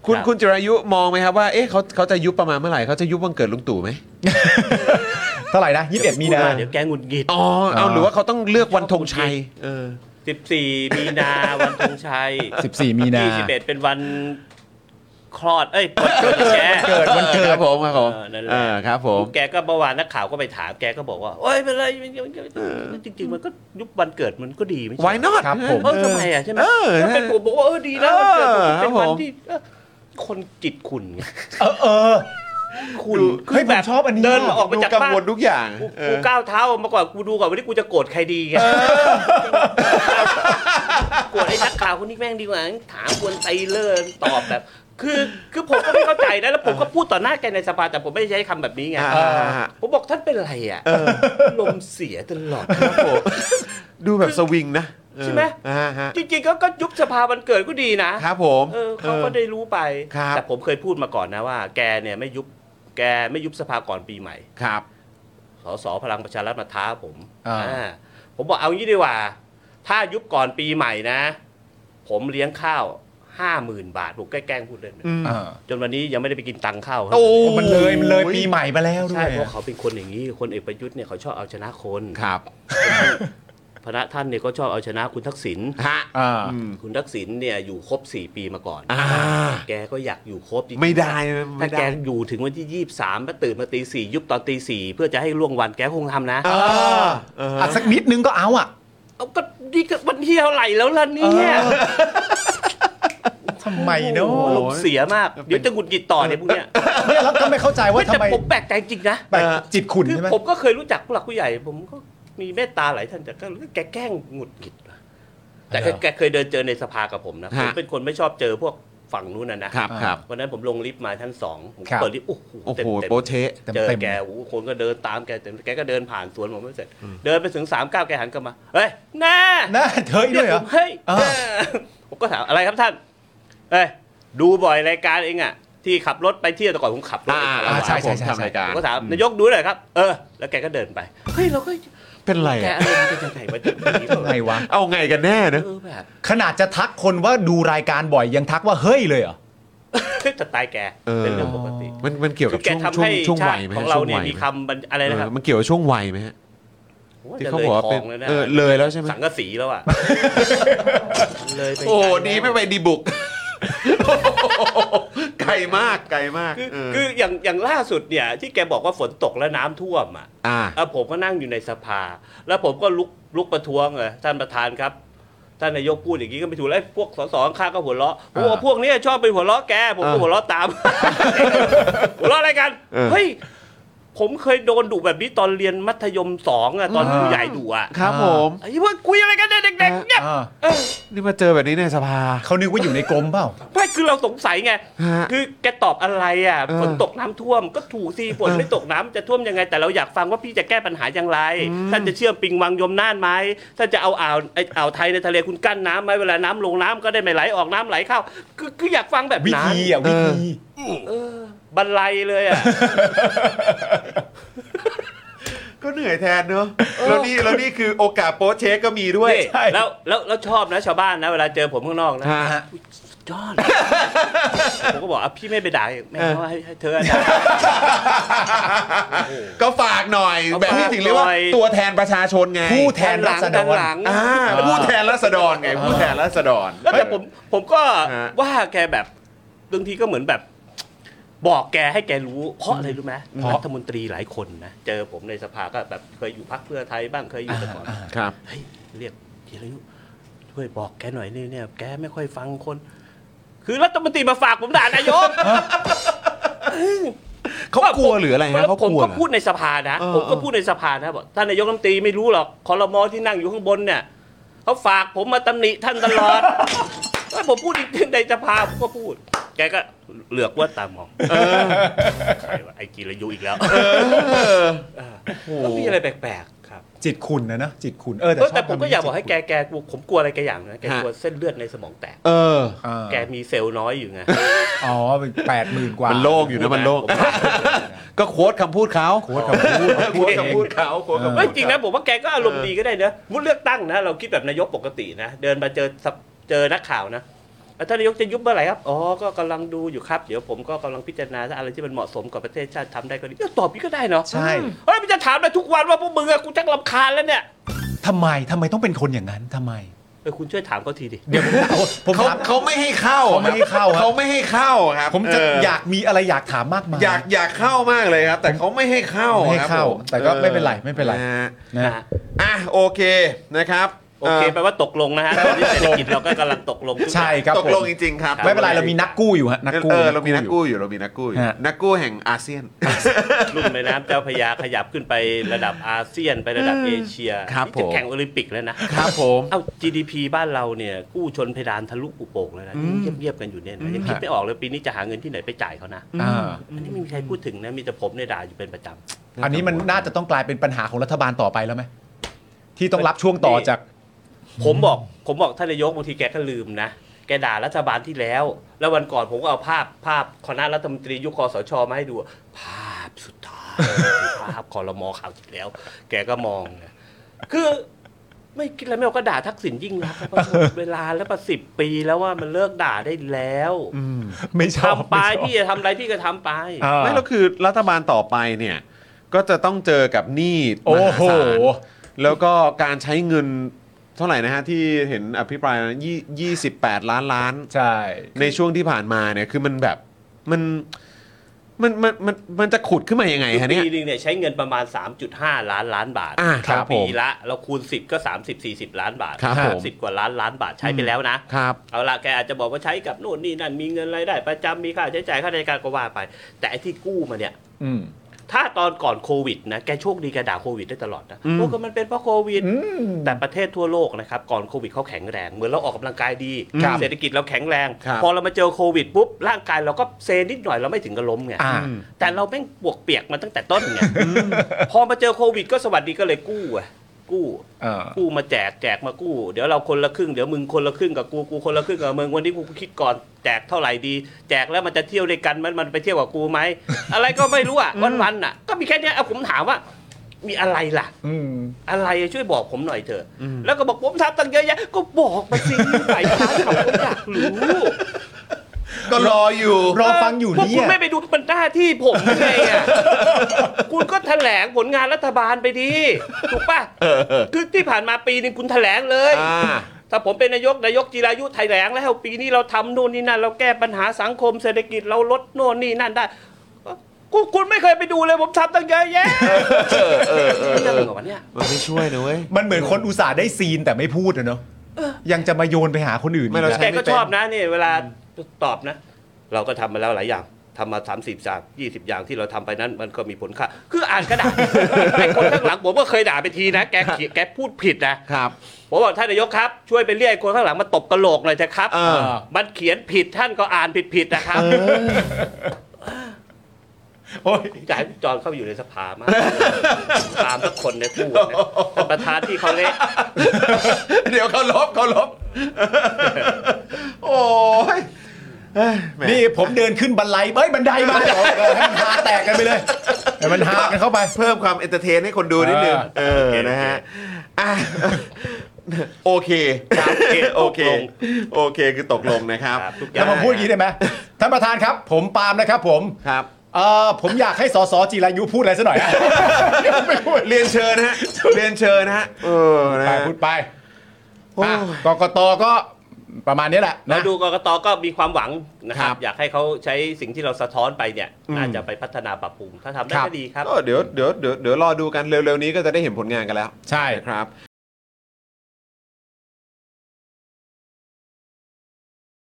คุณจิรายุมองไหมครับว่าเขาจะยุบประมาณเมื่อไหร่เขาจะยุบวันเกิดลุงตู่ไหมเท่าไหร่นะ21มีนาเดี๋ยวแกงุนงิดเอาหรือว่าเขาต้องเลือกวันธงชัย 14มีนาวันธงชัย 14มีนา 21เป็นวันคลอดวันเกิดแกวันเกิดครับผมนั่นแหละครับผมแกก็เมื่อวานนักข่าวก็ไปถามแกก็บอกว่าโอ๊ยเป็นไรจริงๆมันก็ยุบวันเกิดมันก็ดีไม่ใช่ Why not ครับผมทำไมใช่ไหมก็เป็นผมบอกว่าดีนะวันเกิดเป็นวันที่คนจิตขุ่นไงคุณคือแบบชอบอันนี้เดินออกมาจากบ้านกังวลทุกอย่างกูก้าวเท้ามาก่อนกูดูก่อนวันนี้กูจะโกรธใครดีไงโกรธไอ้นักข่าวคนนี้แม่งดีกว่าถามควรไตเลอร์ตอบแบบคือผมก็ไม่เข้าใจนะแล้วผมก็พูดต่อหน้าแกในสภาแต่ผมไม่ได้ใช้คำแบบนี้ไงผมบอกท่านเป็นไรอ่ะลมเสียตลอดครับผมดูแบบสวิงนะใช่ไหมจริงๆก็ยุบสภาวันเกิดก็ดีนะครับผมเขาก็ได้รู้ไปแต่ผมเคยพูดมาก่อนนะว่าแกเนี่ยไม่ยุบสภาก่อนปีใหม่ครับสพลังประชารัฐมาท้าผมบอกเอางี้ดีกว่าถ้ายุบก่อนปีใหม่นะผมเลี้ยงข้าว 50,000 บาทผมแกล้งพูดเล่นจนวันนี้ยังไม่ได้ไปกินตังค์ข้าวมันเลยปีใหม่มาแล้วด้วยใช่เพราะเขาเป็นคนอย่างนี้คนเอกประยุทธ์เนี่ยเขาชอบเอาชนะคนครับพระท่านเนี่ยก็ชอบเอาชนะคุณทักษิณคุณทักษิณเนี่ยอยู่ครบ4ปีมาก่อนแกก็อยากอยู่ครบไม่ได้ถ้าแกอยู่ถึงวันที่23แล้วตื่นมาตี 4ยุบตอนตี 4เพื่อจะให้ล่วงวันแกคงทำนะสักนิดนึงก็เอาก็นี่ก็วันที่เท่าไหร่แล้วล่ะเนี่ยทำไมเนาะลมเสียมากเดี๋ยวจะหงุดหงิดต่อเนี่ยพวกเนี้ยแล้วก็ไม่เข้าใจว่าทำไมผมแปลกใจจริงนะจิตขุ่นใช่ไหมผมก็เคยรู้จักผู้หลักผู้ใหญ่ผมก็มีเมตตาหลายท่านแต่ก็แกแกล้งหงุดหงิดแต่แกเคยเดินเจอในสภากับผมนะผมเป็นคนไม่ชอบเจอพวกฝั่งนู้นนะครับวันนั้นผมลงลิฟต์มาชั้น2ผมเปิดลิฟต์โอ้โหโป๊ะเช๊ะเจอแกคนก็เดินตามแกก็เดินผ่านสวนผมไม่เสร็จเดินไปถึง39แกหันกลับมาเฮ้ยแน่เฮ้ยด้วยเหรอเฮ้ยผมก็ถามอะไรครับท่านดูบ่อยรายการเองอ่ะที่ขับรถไปเที่ยวแต่ก่อนผมขับรถใช่ทำรายการผมก็ถามนายกดูหน่อยครับแล้วแกก็เดินไปเฮ้ยเราก็เป็นไรแกอะไรเป็นยังไงวะไงวะเอาไงกันแน่นะขนาดจะทักคนว่าดูรายการบ่อยยังทักว่าเฮ้ยเลยเหรอจะตายแกเป็นเรื่องปกติมันเกี่ยวกับช่วงวัยไหมของเราเนี่ยมีคำอะไรนะครับมันเกี่ยวกับช่วงวัยไหมฮะที่เขาบอกเป็นเลยแล้วใช่ไหมสังกะสีแล้วอ่ะเลยโอ้ดีไม่ไปดีบุกไกลมากคืออย่างล่าสุดเนี่ยที่แกบอกว่าฝนตกแล้วน้ำท่วมผมก็นั่งอยู่ในสภาแล้วผมก็ลุกประท้วงเลยท่านประธานครับท่านนายกพูดอย่างนี้ก็ไม่ถูกแล้วพวกสสข้างก็หัวเราะพวกนี้ชอบไปหัวเราะแกผมก็หัวเราะตามหัวเราะอะไรกันเฮ้ยผมเคยโดนดุแบบนี้ตอนเรียนมัธยม2ตอนครูใหญ่ดุครับผมไอ้พวกคุยอะไรกันเด็กๆเนี่ยนี่มาเจอแบบนี้ในสภาเขานึกว่าอยู่ในกรมเปล่าไม่คือเราสงสัยไงคือแกตอบอะไรฝนตกน้ำท่วมก็ถูกสิฝนไม่ตกน้ำจะท่วมยังไงแต่เราอยากฟังว่าพี่จะแก้ปัญหาอย่างไรท่านจะเชื่อมปิงวังยมน่านไหมท่านจะเอาอ่าวไทยในทะเลคุณกั้นน้ำไหมเวลาน้ำลงน้ำก็ได้ไม่ไหลออกน้ำไหลเข้าคืออยากฟังแบบนั้นวิธีบรรลัยเลยก็เหนื่อยแทนเนอะแล้วนี่คือโอกาสโป๊ะเช๊กก็มีด้วยแล้วชอบนะชาวบ้านนะเวลาเจอผมข้างนอกนะจอดผมก็บอกพี่ไม่ไปด่าแม่ว่าให้เธอด่าก็ฝากหน่อยแบบนี้ถึงเรียกว่าตัวแทนประชาชนไงผู้แทนราษฎรผู้แทนราษฎรไงผู้แทนราษฎรแต่ผมก็ว่าแกแบบบางทีก็เหมือนแบบบอกแกให้แกรู้เพราะอะไรรู้ไหมรัฐมนตรีหลายคนนะเจอผมในสภาก็แบบเคยอยู่พรรคเพื่อไทยบ้างเคยอยู่แต่ก่อนครับเฮ้ยเรียกจิรายุช่วยบอกแกหน่อยนี่เนี่ยแกไม่ค่อยฟังคนคือรัฐมนตรีมาฝากผมด่านายกเขากลัวหรืออะไรฮะผมก็พูดในสภานะผมก็พูดในสภานะบอกท่านนายกรัฐมนตรีไม่รู้หรอกครม.ที่นั่งอยู่ข้างบนเนี่ยเขาฝากผมมาตำหนิท่านตลอดแล้วผมพูดในสภาผมก็พูดแกก็เหลือกว่าตามองใครวะไอ้จิรายุอีกแล้วมีอะไรแปลกๆครับจิตขุ่นนะจิตขุ่นแต่ผมก็อยากบอกให้แกผมกลัวอะไรแกอย่างนะแกกลัวเส้นเลือดในสมองแตกแกมีเซลล์น้อยอยู่ไง 80,000 กว่ามันโล่งอยู่นะมันโล่งก็โค้ดคำพูดเขาโค้ดคำพูดเขาไม่จริงนะผมว่าแกก็อารมณ์ดีก็ได้เนอะมุดเลือกตั้งนะเราคิดแบบนายกปกตินะเดินมาเจอนักข่าวนะท่านนายกจะยุบเมื่อไหร่ครับอ๋อก็กำลังดูอยู่ครับเดี๋ยวผมก็กำลังพิจารณาอะไรที่มันเหมาะสมกับประเทศชาติทำได้ก็ดีตอบนี้ก็ได้เนาะใช่เฮ้ยมันจะถามไปทุกวันว่าพวกมึงอะกูจักรำคาญแล้วเนี่ยทำไมต้องเป็นคนอย่างนั้นทำไมคุณช่วยถามเขาทีดิเดี๋ยวผมเขาไม่ให้เข้าเขาไม่ให้เข้าเขาไม่ให้เข้าครับผมจะอยากมีอะไรอยากถามมากมายอยากเข้ามากเลยครับ แต่เขาไม่ให้เข้าไม่ให้ครับเข้าผมแต่ก็ไม่เป็นไรไม่เป็นไรนะฮะนะอ่ะโอเคนะครับโอเคแปลว่าตกลงนะฮะตอนนี้เศรษฐกิจเราก็กำลังตกลงใช่ครับตกลงผมจริงๆครับไม่เป็นไรเรามีนักกู้อยู่ฮะนักกู้เรามีนักกู้อยู่เรามีนักกู้อยู่ฮะนักกู้แห่งอาเซียนลุ่มแม่น้ำเจ้าพระยาขยับขึ้นไประดับอาเซียนไประดับเอเชียครับนี่จะผมแข่งโอลิมปิกแล้วนะครับผมเอ้า GDP บ้านเราเนี่ยกู้ชนเพดานทะลุปุโป่งแล้วนะเงียบๆกันอยู่เนี่ยนะยังคิดไม่ออกเลยปีนี้จะหาเงินที่ไหนไปจ่ายเขานะอ่าอันนี้ไม่มีใครพูดถึงนะมีแต่ผมเนี่ยด่าอยู่เป็นประจำอันนี้มันน่าจะต้องกลายเป็นปัญหาของรัฐบาลต่อไปแล้วไหมที่ต้องรับช่วงต่อจากผมบอกท่านนายกบางทีแกก็ลืมนะแกด่ารัฐบาลที่แล้ว แล้ววันก่อนผมก็เอาภาพคณะรัฐมนตรียุคคสชมาให้ดูภาพสุดท้ายภาพคอรมอข่าวที่แล้ว แกก็มองนะคือไม่คิดอะไรไม่ออกก็ด่าทักษิณยิ่งรักษณ์ว่าเวลาแล้วประ10 ปีแล้วว่ามันเลิกด่าได้แล้วไม่ชอบทำไปพี่จะทำอะไรพี่ก็ทำไปไม่แล้วคือรัฐบาลต่อไปเนี่ยก็จะต้องเจอกับหนี้มโอ้หาโหศาลแล้วก็การใช้เงินเท่าไหร่นะฮะที่เห็นอภิปรายนะ28 ล้านใช่ในช่วงที่ผ่านมาเนี่ยคือมันแบบมันจะขุดขึ้นมายังไงฮะเนี่ยปีนึงเนี่ยใช้เงินประมาณ 3.5 ล้านบาทครับผปีมละเราคูณ10ก็30-40 ล้านบาทครับผม 30กว่าล้านบาทใช้ไปแล้วนะครับเอาละแกอาจจะบอกว่าใช้กับโน่นนี่นั่นมีเงินรายได้ประจำมีค่าใช้จ่ายค่าราชการก็ว่าไป แต่ไอ้ที่กู้มาเนี่ยอืมถ้าตอนก่อนโควิดนะแกโชคดีแกด่าโควิดได้ตลอดนะอืมโอ้ก็มันเป็นเพราะโควิด แต่ประเทศทั่วโลกนะครับก่อนโควิดเขาแข็งแรงเหมือนเราออกกำลังกายดีครับเศรษฐกิจเราแข็งแรงครับพอเรามาเจอโควิดปุ๊บร่างกายเราก็เซนิดหน่อยเราไม่ถึงกับล้มไงอ่าแต่เราแม่งปวกเปียกมาตั้งแต่ต้นไงพอมาเจอโควิดก็สวัสดีก็เลยกู้อะกู้ กู้มาแจกมากู้เดี๋ยวเราคนละครึ่งเดี๋ยวมึงคนละครึ่งกับกูคนละครึ่งกับมึงวันนี้กูคิดก่อนแจกเท่าไหร่ดีแจกแล้วมันจะเที่ยวด้วยกันมันไปเที่ยวกับกูไหม อะไรก็ไม่รู้อ่ะวันๆอ่ะก็มีแค่เนี้ยเอาผมถามว่ามีอะไรล่ะ อะไรช่วยบอกผมหน่อยเถอะแล้วก็บอกผมทำตั้งเยอะแยะก็บอกมาสิฝ่ายค้านเขาก็อยากรู้ก็รออยู่รอฟังอยู่พวกเนี่คุณยไม่ไปดูเป็นหน้าที่ผมไงอ่ะ คุณก็แถลงผลงานรัฐบาลไปดีถูกป่ะคือที่ผ่านมาปีนึงคุณแถลงเลย ถ้าผมเป็นนายกจิรายุแถลงแล้วปีนี้เราทำโน่นนี่นั่นเราแก้ปัญหาสังคมเศรษฐกิจเราลดโน่นนี่นั่นได้คุณไม่เคยไปดูเลยผมทำตั้งเยอะแยะเรื่องของวันเนี้ยมันไม่ช่วยนะเว้ยมันเหมือนคนอุตส่าห์ได้ซีนแต่ไม่พูดอะเนาะยังจะมาโยนไปหาคนอื่นไม่เราอีกแกนะก็ชอบนะนี่เวลาตอบนะ เราก็ทำมาแล้วหลายอย่างทำมา30จาก20 อย่างที่เราทำไปนั้นมันก็มีผลค่าคืออ่านกระดาษ ไอ้คนข้างหลังผมก็เคยด่าไปทีนะแกพูดผิดนะครับ ผมบอกท่านนายกครับช่วยไปเรียกคนข้างหลังมาตบกระโหลกหน่อยเถอะครับ มันเขียนผิดท่านก็อ่านผิดนะครับโอ้ยอยากให้จอนเข้าไปอยู่ในสภามากตามทุกคนในพูดนะท่านประธานที่เขาเละเดี๋ยวเขาลบโอ้ยแหมนี่ผมเดินขึ้นบันไดบันไดมาให้มันหาแตกกันไปเลยให้มันหากันเข้าไปเพิ่มความเอนเตอร์เทนให้คนดูนิดนึงนะฮะอ่ะโอเคโอเคคือตกลงนะครับทุกอแล้ย่าว งผมพูดอย่างนี้ได้ไหมท่านประธานครับ ผมปาล์มนะครับผมครับผมอยากให้สสจิรายุพูดอะไรสักหน่อยเรียนเชิญนะฮะนะฮะนะไปฮะพูดไปโอ้ยกกตก็ประมาณนี้แหละเรานะดูกกตก็มีความหวังนะคครัรับบอยากให้เขาใช้สิ่งที่เราสะท้อนไปเนี่ยน่าจะไปพัฒนาปรับปรุงถ้าทำได้ก็ดีครับก็เดี๋ยวรอดูกันเร็วๆนี้ก็จะได้เห็นผลงานกันแล้วใช่นะครับ